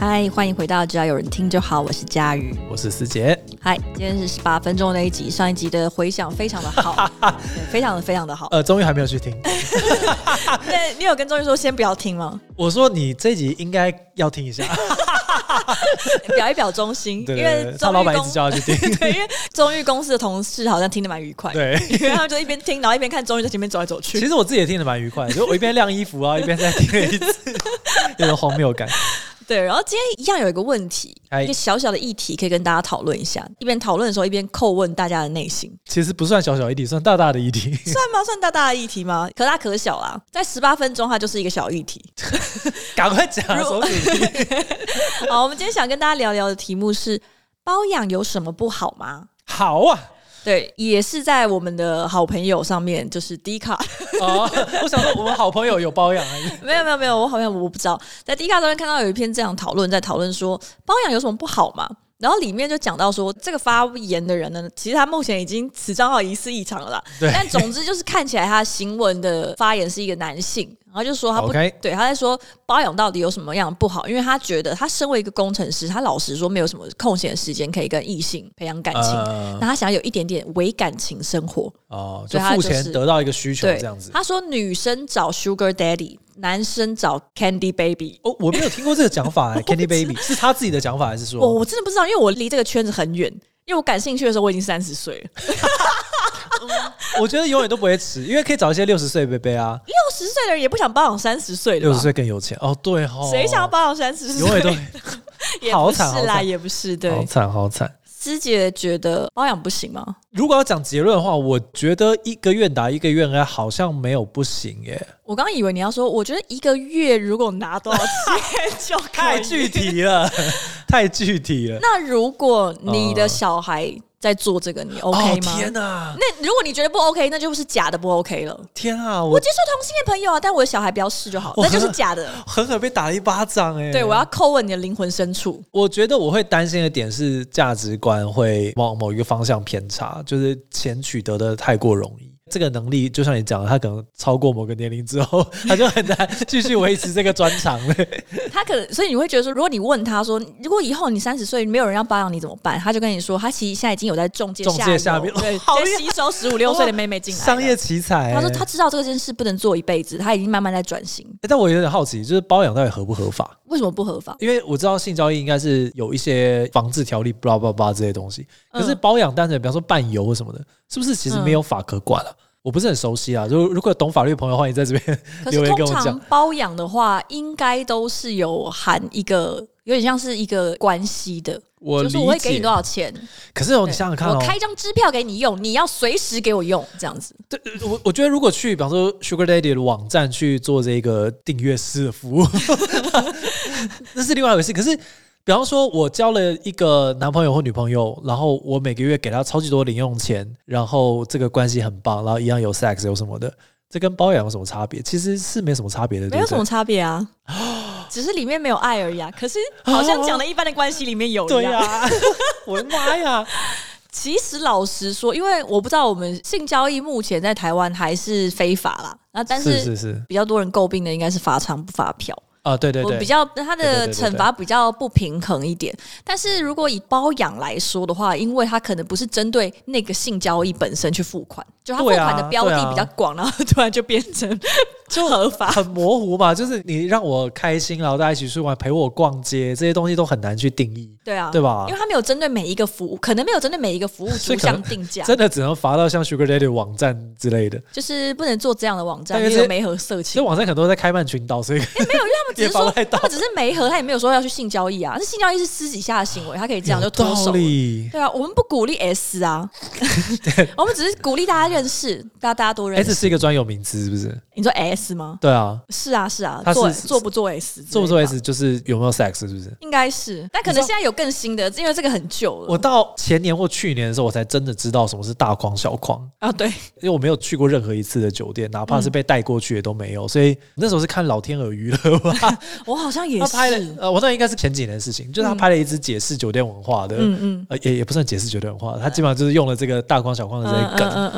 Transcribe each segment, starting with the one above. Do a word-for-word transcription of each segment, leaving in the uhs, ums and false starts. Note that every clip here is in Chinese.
嗨，欢迎回到只要有人听就好，我是佳瑜， 我是思杰。 嗨，今天是十八分钟那一集，上一集的回响非常的好，非常的非常的好。 呃，终于还没有去听。 对，你有跟钟宇说先不要听吗？ 我说你这一集应该要听一下， 表一表忠心， 对对对，因为他老板一直叫他去听。 对，因为中裕公司的同事好像听得蛮愉快， 对， 因为他们就一边听，然后一边看中裕在前面走来走去。 其实我自己也听得蛮愉快的，就我一边晾衣服啊，一边在听了一次，有种荒谬感。 对，然后今天一样有一个问题，一个小小的议题可以跟大家讨论一下，一边讨论的时候一边叩问大家的内心。 其实不算小小议题，算大大的议题。 算吗？算大大的议题吗？可大可小啦，在十八分钟它就是一个小议题。 赶快讲什么主题？ 好，我们今天想跟大家聊聊的题目是包养有什么不好吗？ 好啊。 对，也是在我们的好朋友上面，就是 D 卡。 哦，我想说我们好朋友有包养还是没有没有没有，我好像我不知道，在 D 卡上面看到有一篇这样讨论，在讨论说包养有什么不好嘛？然后里面就讲到说，这个发言的人呢，其实他目前已经此账号疑似异常了啦。但总之就是看起来他行文的发言是一个男性，然后就说他不、okay. 对，他在说包养到底有什么样不好，因为他觉得他身为一个工程师，他老实说没有什么空闲的时间可以跟异性培养感情，呃、那他想要有一点点伪感情生活哦，就付钱得到一个需求这样子。 他说女生找 Sugar Daddy， 男生找 Candy Baby。 哦，我没有听过这个讲法、欸、，Candy Baby 是他自己的讲法还是说？ 我我真的不知道，因为我离这个圈子很远。因为我感兴趣的时候，我已经三十岁了。 我觉得永远都不会迟，因为可以找一些六十岁的贝贝啊。 六十岁的人也不想包养三十岁的， 六十岁更有钱哦。对哦， 谁想要包养三十岁？ 永远都也不是啦，也不是对， 好惨好惨。 师姐觉得包养不行吗？ 如果要讲结论的话，我觉得一个愿打一个愿挨好像没有不行耶。 我刚刚以为你要说，我觉得一个月如果拿多少钱就可以。 太具体了，太具体了。 那如果你的小孩在做这个，你 OK 吗？ 哦、天哪！ 那如果你觉得不 OK， 那就是假的不 OK 了。 天啊！我, 我接受同性恋朋友啊，但我的小孩不要试就好，那就是假的。 狠狠被打了一巴掌哎、欸！ 对，我要叩问你的灵魂深处。 我觉得我会担心的点是价值观会往某一个方向偏差，就是钱取得的太过容易。这个能力就像你讲的，他可能超过某个年龄之后，他就很难继续维持这个专长了。 他可能，所以你会觉得说，如果你问他说，如果以后你三十岁没有人要包养你怎么办？他就跟你说，他其实现在已经有在中介下中介下面， 对，在吸收十五六岁的妹妹进来， 商业奇才、欸。 他说他知道这件事不能做一辈子，他已经慢慢在转型、 欸。但我有点好奇，就是包养到底合不合法？ 为什么不合法？ 因为我知道性交易应该是有一些防治条例，blah blah blah这些东西。可是包养单纯，比方说伴游或什么的，是不是其实没有法可管了、啊？嗯，我不是很熟悉啊，如如果懂法律的朋友，欢迎在这边留言跟我讲。 可是通常包养的话，应该都是有含一个有点像是一个关系的， 我就是我会给你多少钱。 可是、哦、你想想看、哦， 我开张支票给你用，你要随时给我用，这样子。 对，我我觉得如果去，比方说 Sugar Daddy 的网站去做这个订阅式的服务，那是另外一回事。可是。比方说我交了一个男朋友或女朋友，然后我每个月给他超级多零用钱，然后这个关系很棒，然后一样有 sex 有什么的，这跟包养有什么差别？其实是没什么差别的， 没有什么差别啊，只是里面没有爱而已啊。可是好像讲的一般的关系里面有一样。对啊， 我的妈呀！ 其实老实说，因为我不知道我们性交易目前在台湾还是非法啦，那但是是是是比较多人诟病的应该是罚偿不罚票。 啊、哦，对对对， 我比较它的惩罚比较不平衡一点，但是如果以包养来说的话，因为它可能不是针对那个性交易本身去付款，就它付款的标的比较广，然后突然就变成就合法， 很模糊嘛。就是你让我开心，然后大家一起出去玩，陪我逛街，这些东西都很难去定义， 对啊， 对吧？ 因为它没有针对每一个服务，可能没有针对每一个服务逐项定价， 真的只能罚到像 Sugar Daddy 网站之类的， 就是不能做这样的网站，因为有媒合色情。 这网站可能都在开曼群岛，所以、 欸、没有，因为他们只是说他们只是媒合，他也没有说要去性交易啊。那性交易是私底下的行为，他可以这样就脱手了。对啊，我们不鼓励 S 啊，我们只是鼓励大家认识，大家大家多认识。 S 是一个专有名词，是不是？ 你说 S 吗？ 对啊， 是啊是啊， 是做做不做 S， 做不做 S 就是有没有 sex， 是不是？ 应该是，但可能现在有更新的，因为这个很旧了。 我到前年或去年的时候，我才真的知道什么是大框小框啊。对， 因为我没有去过任何一次的酒店，哪怕是被带过去也都没有，嗯、所以那时候是看老天鹅娱乐吧。 我好像也是， 他拍了，呃，我那应该是前几年的事情，就是他拍了一支解释酒店文化的，嗯嗯，呃，也也不算解释酒店文化，他基本上就是用了这个大框小框的这些梗，嗯嗯嗯。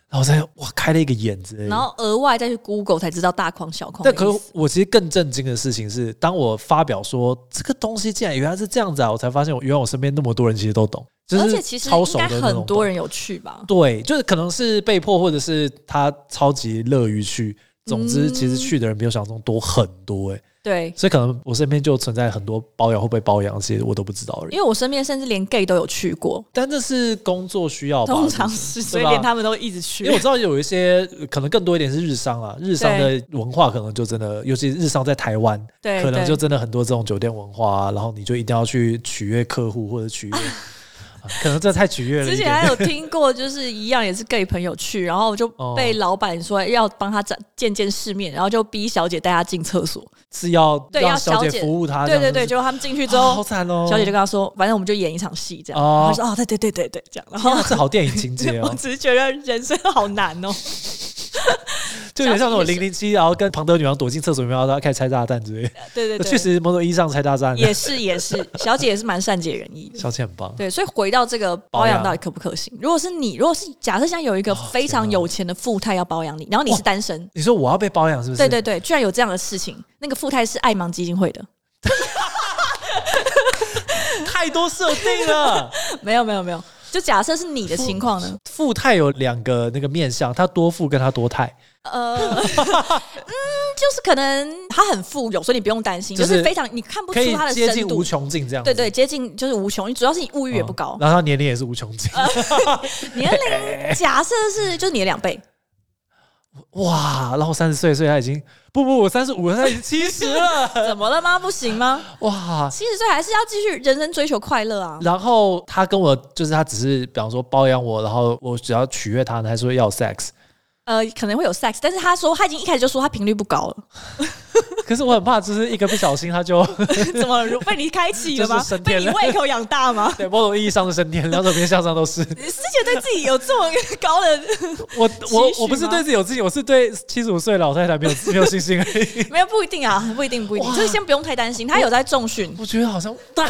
然后才哇开了一个眼之类的， 然后额外再去 Google 才知道大框小框。 但可是我其实更震惊的事情是，当我发表说这个东西竟然原来是这样子啊，我才发现我原来我身边那么多人其实都懂，就是而且其实应该很多人有去吧？ 对，就是可能是被迫，或者是他超级乐于去。总之，其实去的人比我想象中多很多哎、欸。 对， 所以可能我身边就存在很多包养会不会包养，这些我都不知道而已。 因为我身边甚至连 gay 都有去过， 但这是工作需要吧， 通常是，所以连他们都一直去。 因为我知道有一些可能更多一点是日商啊，日商的文化可能就真的，尤其是日商在台湾， 对， 可能就真的很多这种酒店文化啊，然后你就一定要去取悦客户或者取悦。可能这太取悦了。 之前还有听过，就是一样也是 gay 朋友去，然后就被老板说要帮他见见世面，然后就逼小姐带他进厕所， 是要让小姐服务他。 对对对，结果他们进去之后， 啊、好惨哦！ 小姐就跟他说，反正我们就演一场戏这样。哦、他说哦，对对对对对，这样。然后这好电影情节哦。 我只是觉得人生好难哦。 就有点像那种零零七，然后跟庞德女王躲进厕所里面，然后他开始拆炸弹之类的。 对对对， 确实某种意义上拆炸弹也是也是，小姐也是蛮善解人意的。 小姐很棒。 对，所以回到这个包养到底可不可行？如果是你，如果是假设现在有一个非常有钱的富太要包养你，然后你是单身， 你说我要被包养是不是？ 对对对，居然有这样的事情，那个富太是爱盲基金会的。 太多设定了。 没有没有没有，就假设是你的情况呢？ 富太有两个那个面向，他多富跟他多太。呃，嗯， 就是可能他很富有，所以你不用担心，就是、就是非常你看不出他的深度， 接近无穷尽这样子。 对对，接近就是无穷，主要是你物欲也不高， 哦、然后他年龄也是无穷尽。呃、 年龄假设是就是你的两倍。 哇！然后三十岁，所以他已经不不，我三十五，他已经七十了。 怎么了吗？不行吗？哇！七十岁还是要继续人生追求快乐啊。 然后他跟我就是他只是比方说包养我，然后我只要取悦他，还说要 sex。 呃，可能会有 sex， 但是他说他已经一开始就说他频率不高了。 可是我很怕，就是一个不小心他就怎么被你开启了吗？ 就是升天了， 被你胃口养大吗？ 对，某种意义上的升天，两手边向上都是。 你之前对自己有这么高的我我我不是对自己有自信，我是对七十五岁老太太没有没有信心而已。 没有，不一定啊，不一定不一定，就是先不用太担心。他有在重训， 我觉得好像他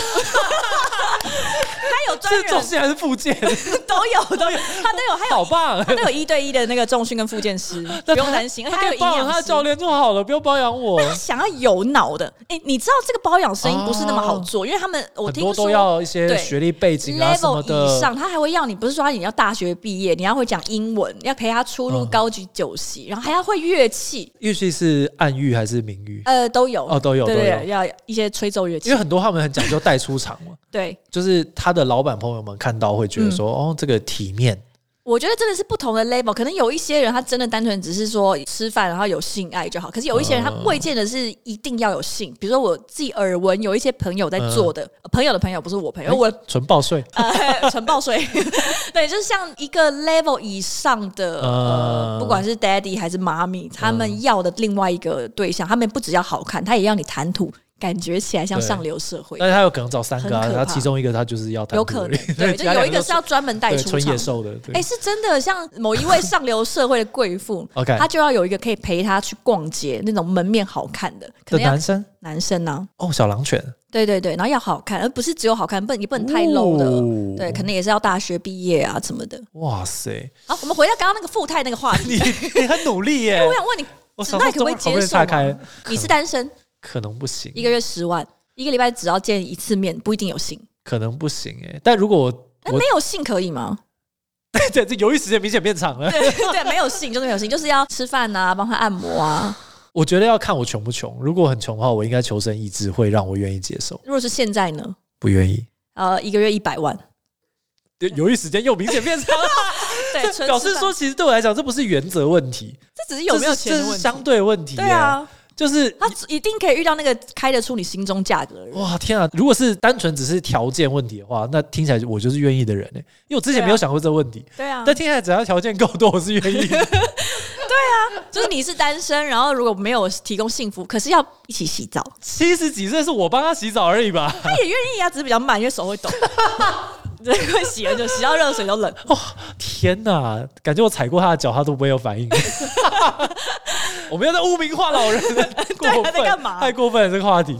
有专人， 是重训还是复健都有都有，他都有，还有好棒， 他都有一对一的那个重训跟复健师，不用担心。而且他有营养师， 他的教练就好了，不用包养我。 他想要有脑的，哎、欸，你知道这个包养生意不是那么好做，哦、因为他们我听说很多都要一些学历背景啊什么的 level 以上，他还会要你，不是说你要大学毕业，你要会讲英文，要陪他出入高级酒席，嗯、然后还要会乐器。 乐器是暗乐还是明乐？ 呃，都有哦，都有， 对对对， 要一些吹奏乐器。 因为很多他们很讲究带出场嘛， 对， 就是他的老板朋友们看到会觉得说，嗯、哦，这个体面。 我觉得真的是不同的 level， 可能有一些人他真的单纯只是说吃饭然后有性爱就好，可是有一些人他未见得是一定要有性，比如说我自己耳闻有一些朋友在做的，嗯、朋友的朋友不是我朋友，欸、我纯报税， 呃，纯报税，对，就是像一个 level 以上的，呃，不管是 daddy 还是妈咪，他们要的另外一个对象，他们不只要好看，他也要你谈吐。感觉起来像上流社会， 但是他有可能找三个啊，他其中一个他就是要谈吐， 有可能对，就有一个是要专门带出场纯野兽的， 哎、欸，是真的，像某一位上流社会的贵妇，OK， 他就要有一个可以陪他去逛街那种门面好看的，可能的男生， 男生啊， 哦，小狼犬， 对对对，然后要好看，而不是只有好看，不，你不能太 low 的，哦、对，可能也是要大学毕业啊什么的。 哇塞！ 好，我们回到刚刚那个富太那个话题， 你你很努力耶！ 我想问你，那你可不可以接受吗？你是单身， 可能不行， 一个月十万。一个礼拜只要见一次面，不一定有性， 可能不行哎、欸。但如果我那没有性可以吗？ 对，这犹豫时间明显变长了。 对对，没有性就是没有性，就是要吃饭啊，帮他按摩啊。 我觉得要看我穷不穷。如果很穷的话，我应该求生意志会让我愿意接受。 如果是现在呢？ 不愿意。 呃，一个月一百万， 犹豫时间又明显变长了。对，这表示说，其实对我来讲，这不是原则问题， 这只是有没有钱的问题， 这是相对问题、欸。 对啊。 就是他一定可以遇到那个开得出你心中价格的人。 哇天啊！如果是单纯只是条件问题的话，那听起来我就是愿意的人、欸、因为我之前没有想过这个问题。 对啊， 但听起来只要条件够多，我是愿意的。对啊，就是你是单身，然后如果没有提供幸福，可是要一起洗澡。 七十几岁是我帮他洗澡而已吧？ 他也愿意啊，只是比较慢，因为手会抖。对，会洗了就洗到热水都冷。 哦，天哪！感觉我踩过他的脚，他都不会有反应。我们要在污名化老人，过分， 在干嘛？ 太过分了这个话题。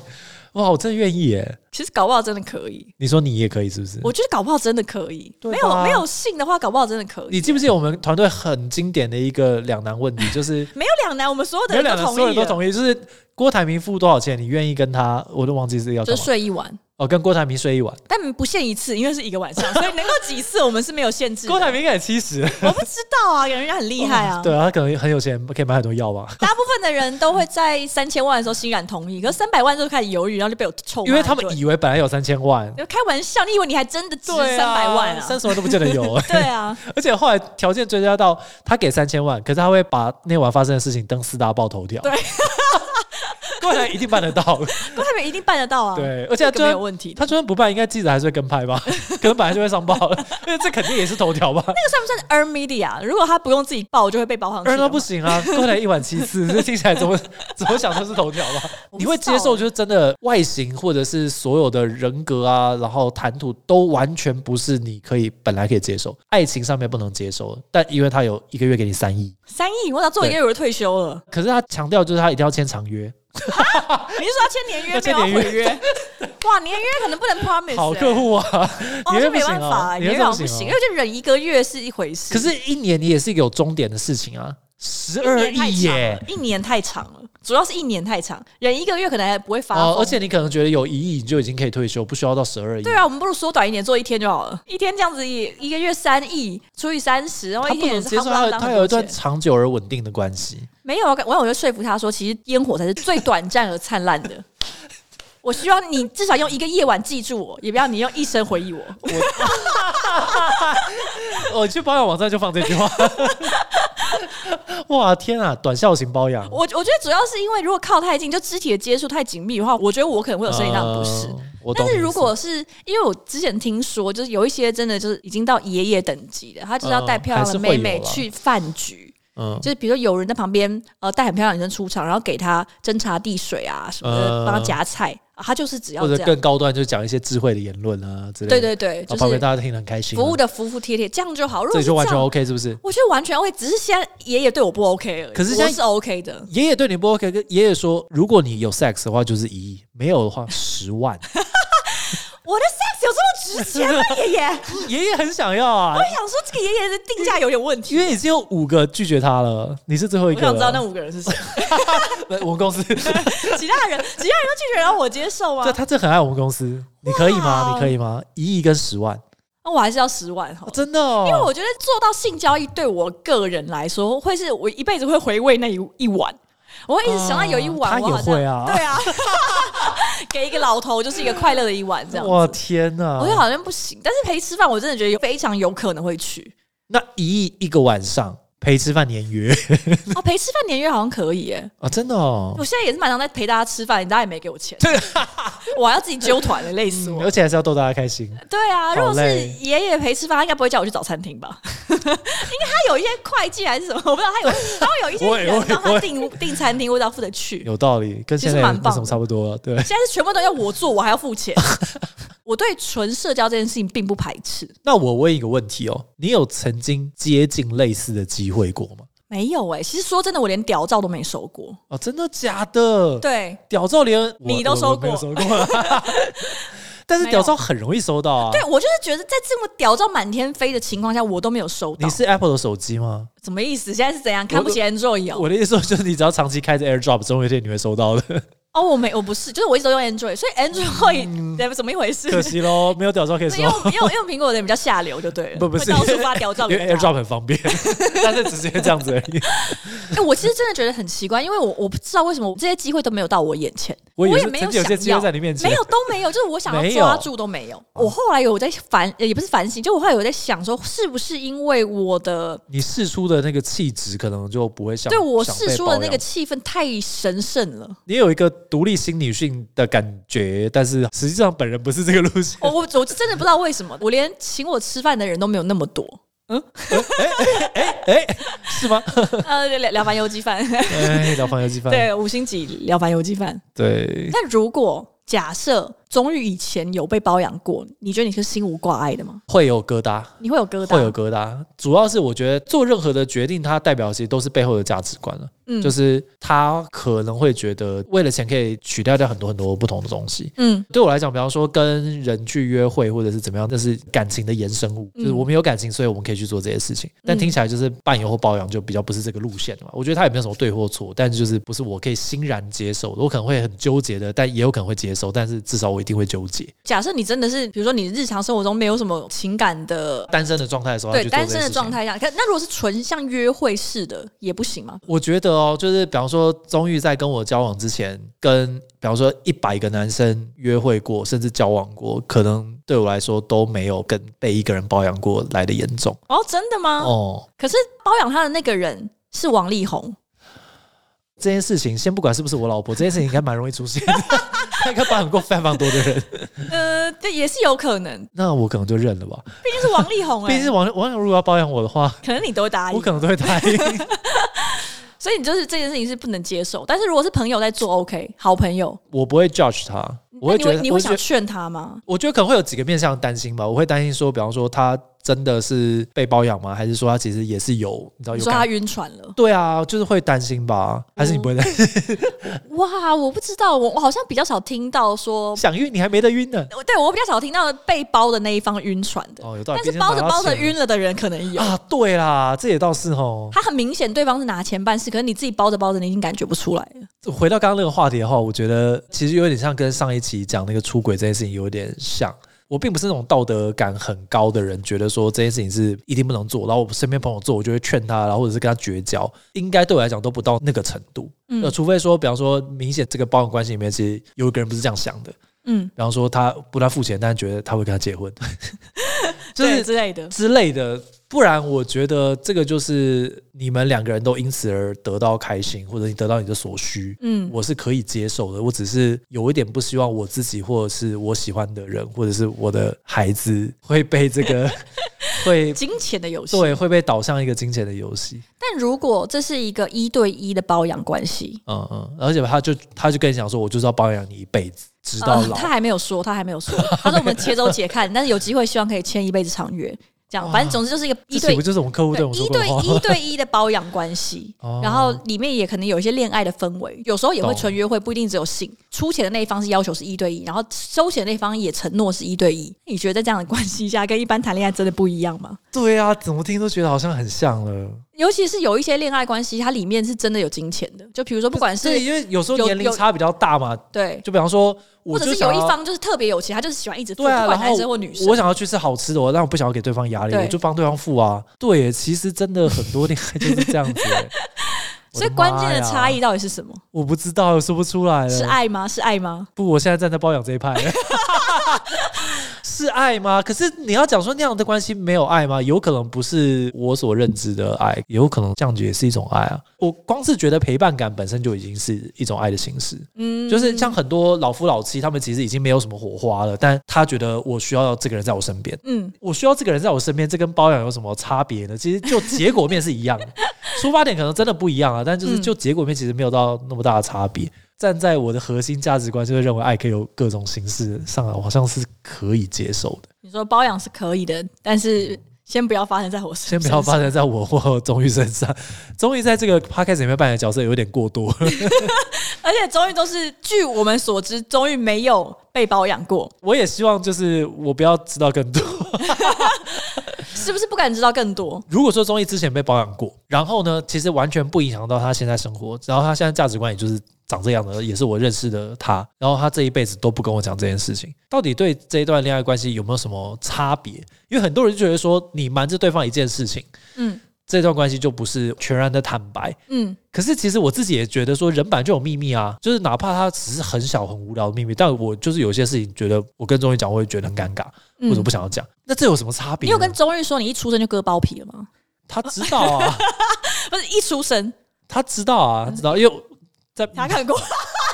哇，我真的愿意耶。 其实搞不好真的可以。 你说你也可以是不是？ 我觉得搞不好真的可以。没有没有性的话，搞不好真的可以。 你记不记得我们团队很经典的一个两难问题，就是没有两难，我们所有的人都同意了， 所有人都同意，就是郭台铭付多少钱，你愿意跟他，我都忘记是要就是睡一晚。 哦，跟郭台铭睡一晚， 但不限一次，因为是一个晚上，所以能够几次我们是没有限制的。 郭台铭应该也七十， 我不知道啊，人家很厉害啊。 哦、对啊，他可能很有钱，可以买很多药吧。 大部分的人都会在三千万的时候欣然同意，可是三百万就开始犹豫，然后就被我臭骂。 因为他们以为本来有三千万， 开玩笑，你以为你还真的值三百万啊？ 三十万都不见得有、欸。 对啊， 而且后来条件追加到他给三千万，可是他会把那晚发生的事情登四大报头条。 对。 郭台铭一定办得到， 郭台铭一定办得到啊！ 对，而且他这个没有问题。 他就算不办，应该记者还是会跟拍吧？可能本来就会上报了，因为这肯定也是头条吧？ 那个算不算 earn media？ 如果他不用自己报，就会被报上去。 earn 都不行啊！郭台铭一晚七次，这听起来怎么怎么想都是头条吧？你会接受就是真的外形或者是所有的人格啊，然后谈吐都完全不是你可以本来可以接受，爱情上面不能接受，但因为他有一个月给你三亿， 三亿，我早做一个月我就退休了。 可是他强调就是他一定要签长约。 你是说要签年约，没有毁约？哇，年约可能不能 promise、欸。 好客户啊， 哦，这没办法、欸，年约好像不行，因为就忍一个月是一回事。 可是，一年你也是一个有终点的事情啊，十二亿耶， 一年太长了，主要是一年太长，忍一个月可能还不会发疯、 哦。而且你可能觉得有一亿你就已经可以退休，不需要到十二亿。 对啊，我们不如缩短一点，做一天就好了。一天这样子，一个月三亿除以三十，然后一天也是夯不啷当。 他有一段长久而稳定的关系。 没有，我我就说服他说，其实烟火才是最短暂而灿烂的。我希望你至少用一个夜晚记住我，也不要你用一生回忆我。 我去保养网站就放这句话。哇天啊，短效型保养。 我我觉得主要是因为如果靠太近，就肢体的接触太紧密的话，我觉得我可能会有身体上的不适。呃、但是如果是因为我之前听说，就是有一些真的就是已经到爷爷等级的，他就是要带漂亮的妹妹去饭局。嗯，就是比如说有人在旁边，呃，带很漂亮的女生出场，然后给她斟茶递水啊什么的，帮她夹菜、啊，她就是只要这样， 或者更高端，就讲一些智慧的言论啊之类的。 对对对，就是旁边大家听得很开心、啊， 服务的服服帖帖，这样就好。 这就完全 OK， 是不是？ 我觉得完全 OK， 只是现在爷爷对我不 OK 而已。 可是现在我是 OK 的， 爷爷对你不 OK， 跟爷爷说，如果你有 sex 的话就是一亿，没有的话十万。 我的 sex 有这么值钱吗？爷爷， 爷爷很想要啊。 我想说，这个爷爷的定价有点问题， 因为已经有五个拒绝他了，你是最后一个了。 我想知道那五个人是谁。 我们公司其他人，其他人都拒绝，然后我接受吗？ 这他这很爱我们公司，你可以吗？你可以吗？一亿跟十万， 那我还是要十万哈、 哦，真的哦。 因为我觉得做到性交易对我个人来说，会是我一辈子会回味那一一晚。我会一直想到有一晚、 哦，他也会啊， 对啊，给一个老头就是一个快乐的一晚这样子。 哇天哪！ 我觉得好像不行，但是陪吃饭我真的觉得非常有可能会去。 那一亿一个晚上陪吃饭年约哦，陪吃饭年约好像可以耶！ 啊、哦，真的哦！ 我现在也是蛮常在陪大家吃饭，大家也没给我钱，我还要自己揪团的，累死我、 嗯！而且还是要逗大家开心。 对啊，如果是爷爷陪吃饭，他应该不会叫我去找餐厅吧？应该他有一些会计还是什么，我不知道他有，他会有一些人帮他订订餐厅，我只要负责去。 有道理，跟现在没什么差不多。对， 现在是全部都要我做，我还要付钱。我对纯社交这件事情并不排斥。 那我问一个问题哦，你有曾经接近类似的机会过吗？ 没有哎、欸，其实说真的，我连屌照都没收过。 哦，真的假的？ 对， 屌照连你都收过， 我我收过。但是屌照很容易收到啊。 对，我就是觉得在这么屌照满天飞的情况下，我都没有收到。 你是 Apple 的手机吗？ 什么意思？现在是怎样看不起 Android？ 我的意思说，就是你只要长期开着 AirDrop， 总有一天你会收到的。 哦，我没，我不是，就是我一直都用 Android， 所以 Android、嗯、怎么一回事？ 可惜咯，没有屌照可以收。 用用用苹果的人比较下流就对了， 不不是， 到处发屌照， 因为 AirDrop 很方便，但是只是这样子而已。 哎、欸，我其实真的觉得很奇怪，因为我我不知道为什么这些机会都没有到我眼前， 我也没有想要， 有些机会在你面前， 没有都没有，就是我想要抓住都没有。我后来有在反，也不是反省，就我后来有在想说，是不是因为我的你释出的那个气质可能就不会像对我释出的那个气氛太神圣了， 你有一个独立心理性的感觉，但是实际上本人不是这个路线。 我我我真的不知道为什么，我连请我吃饭的人都没有那么多。嗯， 哎哎哎，是吗？ 呃，辽辽凡游记饭， 哎，辽凡游记饭， 对，五星级辽凡游记饭。 对。 但如果假设钟玉以前有被包养过，你觉得你是心无挂碍的吗？ 会有疙瘩， 你会有疙瘩， 会有疙瘩。主要是我觉得做任何的决定，它代表其实都是背后的价值观了。嗯，就是他可能会觉得为了钱可以取代掉很多很多不同的东西。嗯，对我来讲，比方说跟人去约会或者是怎么样，这是感情的衍生物，嗯、就是我们有感情，所以我们可以去做这些事情。但听起来就是伴游或包养就比较不是这个路线了嘛。我觉得他也没有什么对或错，但就是不是我可以欣然接受的，我可能会很纠结的，但也有可能会接受，但是至少我一定会纠结。 假设你真的是，比如说你日常生活中没有什么情感的单身的状态的时候， 对单身的状态下，那如果是纯像约会式的，也不行吗？ 我觉得哦，就是比方说。钟玉在跟我交往之前，跟比方说一百个男生约会过，甚至交往过，可能对我来说都没有跟被一个人包养过来的严重。 哦，真的吗？哦，可是包养他的那个人是王力宏。 这件事情，先不管是不是我老婆，这件事情应该蛮容易出现的。他应该包养过非常多的人。 呃，这也是有可能。 那我可能就认了吧。 毕竟是王力宏、欸， 毕竟是王王力宏，如果要包养我的话， 可能你都会答应。 我可能都会答应。 所以你就是这件事情是不能接受，但是如果是朋友在做 ，OK， 好朋友， 我不会 judge 他，我会觉得你会想劝他吗？ 我觉得可能会有几个面向担心吧，我会担心说，比方说他真的是被包养吗？还是说他其实也是有，你知道有？ 你说他晕船了？ 对啊，就是会担心吧？还是你不会担心？ 哇，我不知道，我我好像比较少听到说想晕，你还没得晕呢。 对，我比较少听到被包的那一方晕船的。哦，有道理。但是包着包着晕了的人可能有啊。对啦，这也倒是哦。 他很明显对方是拿钱办事，可是你自己包着包着，你已经感觉不出来了。 回到刚刚那个话题的话，我觉得其实有点像跟上一期讲那个出轨这件事情有点像。我并不是那种道德感很高的人，觉得说这件事情是一定不能做，然后我身边朋友做，我就会劝他，然后或者是跟他绝交，应该对我来讲都不到那个程度。嗯，除非说，比方说明显这个包养关系里面，其实有一个人不是这样想的。嗯，比方说他不但付钱，但觉得他会跟他结婚， 就是之类的之类的。不然我觉得这个就是你们两个人都因此而得到开心，或者你得到你的所需，嗯，我是可以接受的。我只是有一点不希望我自己或者是我喜欢的人或者是我的孩子会被这个会金钱的游戏， 对，会被导向一个金钱的游戏。 但如果这是一个一对一的包养关系， 嗯嗯，而且他就他就跟你讲说，我就是要包养你一辈子。直到老、呃， 他还没有说，他还没有说，他说我们且走且看，但是有机会希望可以签一辈子长约，这样，反正总之就是一个一对， 不就是我们客户对我们说过的话， 一对一对一的包养关系，然后里面也可能有一些恋爱的氛围，有时候也会纯约会，不一定只有性。出钱的那一方是要求是一对一，然后收钱的那一方也承诺是一对一。你觉得在这样的关系下，跟一般谈恋爱真的不一样吗？ 对啊，怎么听都觉得好像很像了。 尤其是有一些恋爱关系，它里面是真的有金钱的，就比如说不管是对，因为有时候年龄差比较大嘛， 对， 就比方说， 或者是有一方就是特别有钱，他就是喜欢一直付， 对啊， 不管男生或女生。 我想要去吃好吃的，我但我不想要给对方压力，我就帮对方付啊。对，其实真的很多恋爱就是这样子、欸。 所以关键的差异到底是什么？ 我不知道，说不出来了。 是爱吗？是爱吗？ 不，我现在站在包养这一派。是爱吗？可是你要讲说那样的关系没有爱吗？有可能不是我所认知的爱，有可能这样子也是一种爱啊。我光是觉得陪伴感本身就已经是一种爱的形式。嗯，就是像很多老夫老妻，他们其实已经没有什么火花了，但他觉得我需要这个人在我身边。嗯，我需要这个人在我身边，这跟包养有什么差别呢？其实就结果面是一样的，出发点可能真的不一样啊，但就是就结果面其实没有到那么大的差别。站在我的核心价值观，就会认为爱可以有各种形式上来，我好像是可以接受的。 你说包养是可以的，但是先不要发生在我身上， 先不要发生在我或钟玉身上。钟玉在这个 podcast 里面扮演的角色有点过多， 而且钟玉都是据我们所知，钟玉没有被包养过。 我也希望就是我不要知道更多。 是不是不敢知道更多？ 如果说钟毅之前被包养过，然后呢，其实完全不影响到他现在生活，然后他现在价值观也就是长这样的，也是我认识的他，然后他这一辈子都不跟我讲这件事情，到底对这一段恋爱关系有没有什么差别？因为很多人就觉得说，你瞒着对方一件事情，嗯。这段关系就不是全然的坦白，嗯，可是其实我自己也觉得说，人本来就有秘密啊，就是哪怕他只是很小很无聊的秘密，但我就是有些事情觉得我跟钟玉讲，我会觉得很尴尬，嗯、或者不想要讲。那这有什么差别？ 你有跟钟玉说你一出生就割包皮了吗？ 他知道啊， 不是一出生， 他知道啊，知道，因为在他看过。我知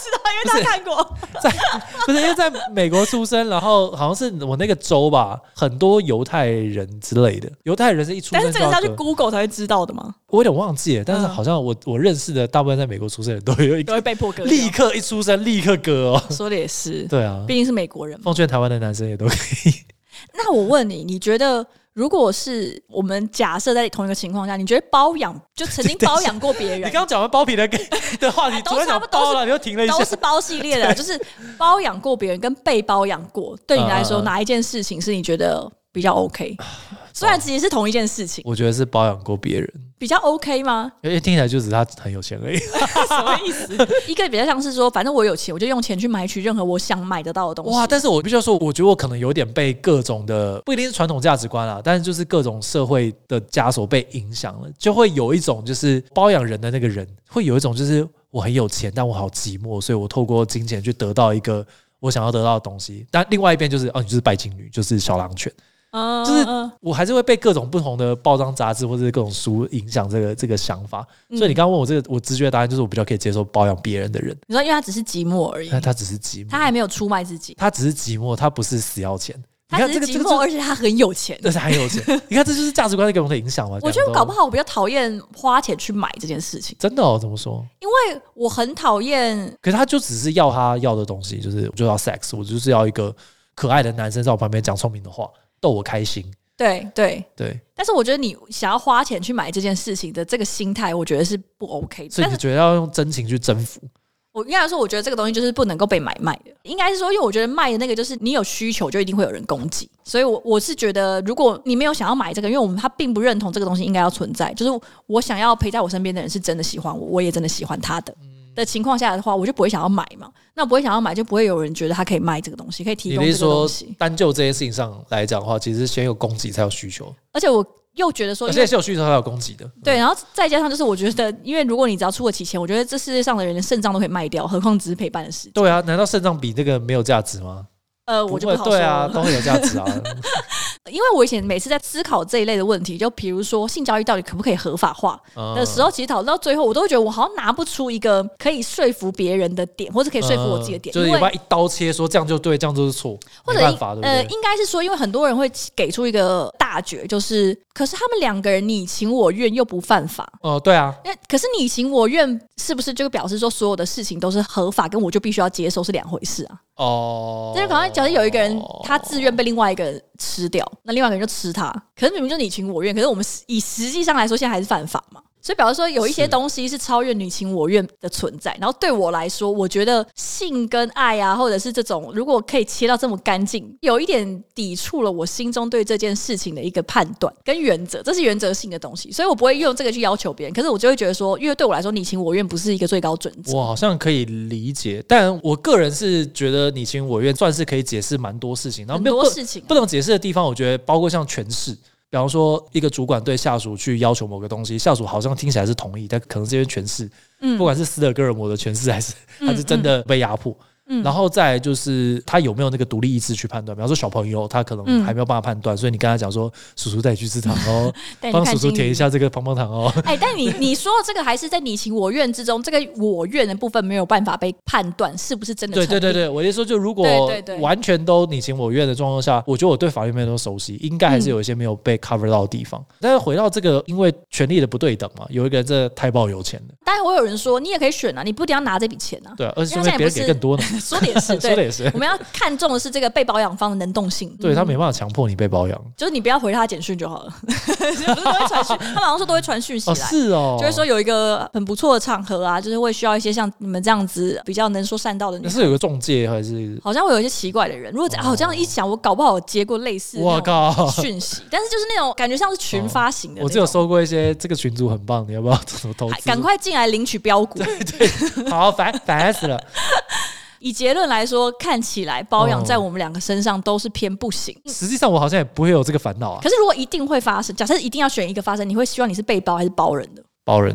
道，因为他看过。 在不是因为在美国出生，然后好像是我那个州吧，很多犹太人之类的。犹太人是一出生就要割， 但是这个是要去 Google 才会知道的吗？ 我有点忘记了，但是好像我、嗯、我认识的大部分在美国出生的人都有一都会被迫割， 立刻一出生立刻割哦。 说的也是， 对啊， 毕竟是美国人嘛。 奉劝台湾的男生也都可以。 那我问你，你觉得如果是我们假设在同一个情况下，你觉得包养就曾经包养过别人？ 你刚刚讲完包皮的的话题， 都差不多了，你又停了一下， 都是包系列的，就是包养过别人跟被包养过，对你来说、嗯、哪一件事情是你觉得比较 OK？ 虽然其实是同一件事情， 我觉得是包养过别人比较 OK 吗？ 因为听起来就只是他很有钱而已。 什么意思？一个比较像是说，反正我有钱，我就用钱去买取任何我想买得到的东西。 哇！但是我必须要说，我觉得我可能有点被各种的，不一定是传统价值观啦，但是就是各种社会的枷锁被影响了，就会有一种就是包养人的那个人，会有一种就是我很有钱，但我好寂寞，所以我透过金钱去得到一个我想要得到的东西。但另外一边就是哦，你就是拜金女，就是小狼犬。Uh, 就是我还是会被各种不同的报章杂志或者是各种书影响这个这个想法、嗯、所以你刚刚问我这个，我直觉的答案就是我比较可以接受包养别人的人。 你说因为他只是寂寞而已， 他只是寂寞， 他还没有出卖自己， 他只是寂寞，他不是死要钱。 他只是寂寞，而且他很有钱， 但是很有钱。你看，这就是价值观给我们的影响嘛。 我觉得搞不好我比较讨厌花钱去买这件事情。 真的哦？怎么说？ 因为我很讨厌， 可是他就只是要他要的东西，就是我就要 sex， 我就是要一个可爱的男生在我旁边讲聪明的话，逗我开心。 对对对， 但是我觉得你想要花钱去买这件事情的这个心态，我觉得是不 OK 的。 所以你觉得要用真情去征服？ 我应该说，我觉得这个东西就是不能够被买卖的。应该是说，因为我觉得卖的那个就是你有需求，就一定会有人供给。所以我，我我是觉得，如果你没有想要买这个，因为我们他并不认同这个东西应该要存在，就是我想要陪在我身边的人是真的喜欢我，我也真的喜欢他的。嗯的情况下的话，我就不会想要买嘛。那不会想要买，就不会有人觉得他可以卖这个东西，可以提供这个东西。 你是说，单就这件事情上来讲的话，其实先有供给才有需求。 而且我又觉得说， 而且是有需求才有供给的。 对，然后再加上就是我觉得，因为如果你只要出得起钱，我觉得这世界上的人的肾脏都可以卖掉，何况只是陪伴的时间。 对啊，难道肾脏比那个没有价值吗？ 呃，我就不好说了。 对啊，都很有价值啊。 因为我以前每次在思考这一类的问题，就比如说性交易到底可不可以合法化的时候，其实讨论到最后，我都会觉得我好像拿不出一个可以说服别人的点，或者可以说服我自己的点， 嗯、就是有办法一刀切说这样就对，这样就是错， 或者没办法，对不对？ 呃，应该是说，因为很多人会给出一个大诀，就是可是他们两个人你情我愿又不犯法。 哦、呃，对啊。 可是你情我愿是不是就表示说所有的事情都是合法，跟我就必须要接受是两回事啊？哦，就是可能假设有一个人他自愿被另外一个人吃掉，那另外一个人就吃他，可是明明就你情我愿，可是我们以实际上来说现在还是犯法嘛。所以表示说有一些东西是超越你情我愿的存在，然后对我来说，我觉得性跟爱啊，或者是这种如果可以切到这么干净，有一点抵触了我心中对这件事情的一个判断跟原则，这是原则性的东西，所以我不会用这个去要求别人。可是我就会觉得说，因为对我来说，你情我愿不是一个最高准则。 我好像可以理解，但我个人是觉得你情我愿算是可以解释蛮多事情，然后很多事情、啊、 不能解释的地方，我觉得包括像权势。比方说，一个主管对下属去要求某个东西，下属好像听起来是同意，但可能这些权势，嗯、不管是斯德哥尔摩的权势，还是还是真的被压迫。嗯嗯、然后再来就是他有没有那个独立意志去判断。比方说小朋友，他可能还没有办法判断，嗯、所以你跟他讲说：“叔叔带你去吃糖哦，帮叔叔舔一下这个棒棒糖哦。” 哎，但你你说的这个还是在你情我愿之中，这个我愿的部分没有办法被判断是不是真的成立。 对对对对，我就说，就如果完全都你情我愿的状况下，我觉得我对法律没有那么熟悉，应该还是有一些没有被 cover 到的地方。嗯、但是回到这个，因为权力的不对等嘛，有一个人真的太爆有钱了。 当然，会有人说你也可以选啊，你不一定要拿这笔钱啊。 对啊，而且因为别人给更多呢。 说的也是，对。我们要看重的是这个被保养方的能动性， 对他没办法强迫你被保养， 就是你不要回他简讯就好了。不是都会传讯，他们好像说都会传讯息来， 哦是哦， 就会说有一个很不错的场合啊，就是会需要一些像你们这样子比较能说善道的女孩。 是有个中介还是？好像会有一些奇怪的人。如果哦这样一想，我搞不好有接过类似的讯息，但是就是那种感觉像是群发型的、哦。 我只有收过一些，这个群组很棒，你要不要怎么投资？ 赶快进来领取标股。 对对，好烦烦死了。 以结论来说，看起来包养在我们两个身上都是偏不行。 哦、实际上，我好像也不会有这个烦恼啊。 可是，如果一定会发生，假设一定要选一个发生，你会希望你是被包还是包人的？ 包人的，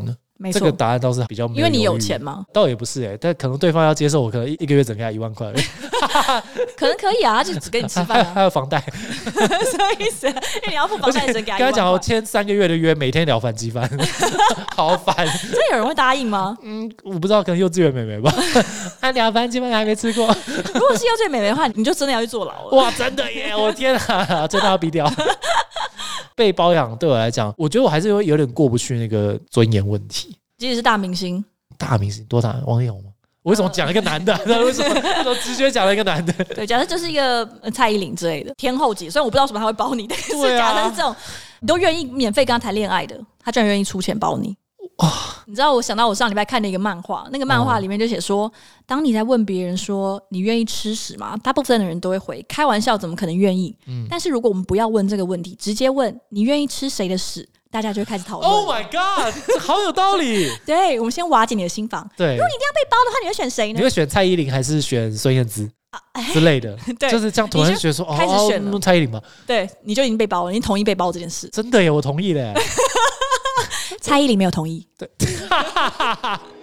没错， 这个答案倒是比较没有， 因为你有钱吗？ 倒也不是哎、欸，但可能对方要接受我，可能一个月只给他一万块而已， 可能可以啊，他就只跟你吃饭、啊， 还有房贷， 什么意思？因为你要付房贷，只给他一万块。 跟他讲我签三个月的约，每天聊反击饭，好烦。 这有人会答应吗？ 嗯，我不知道，可能幼稚园妹妹吧。他聊反击饭还没吃过。 如果是幼稚园妹妹的话，你就真的要去坐牢了。 哇，真的耶！我天啊，真的要逼掉。被包养对我来讲，我觉得我还是会有点过不去那个尊严问题。 即使是大明星， 大明星多大？王力宏吗？我为什么讲一个男的？为什么为什么直觉讲了一个男的？ 对，假设就是一个蔡依林之类的天后级，虽然我不知道什么他会包你，但是假设是这种，你都愿意免费跟他谈恋爱的，他居然愿意出钱包你。哦、你知道我想到我上礼拜看的一个漫画，那个漫画里面就写说、哦、当你在问别人说你愿意吃屎吗，大部分的人都会回开玩笑怎么可能愿意、嗯、但是如果我们不要问这个问题，直接问你愿意吃谁的屎，大家就会开始讨论。 Oh my god， 这好有道理。 对，我们先瓦解你的心防。对，如果你一定要被包的话，你会选谁呢？ 你会选蔡依林还是选孙燕姿之类的？对，就是这样突然觉得说开始选了、 哦、蔡依林嘛， 对，你就已经被包了，你同意被包这件事。 真的耶，我同意嘞。 蔡依林没有同意。 对。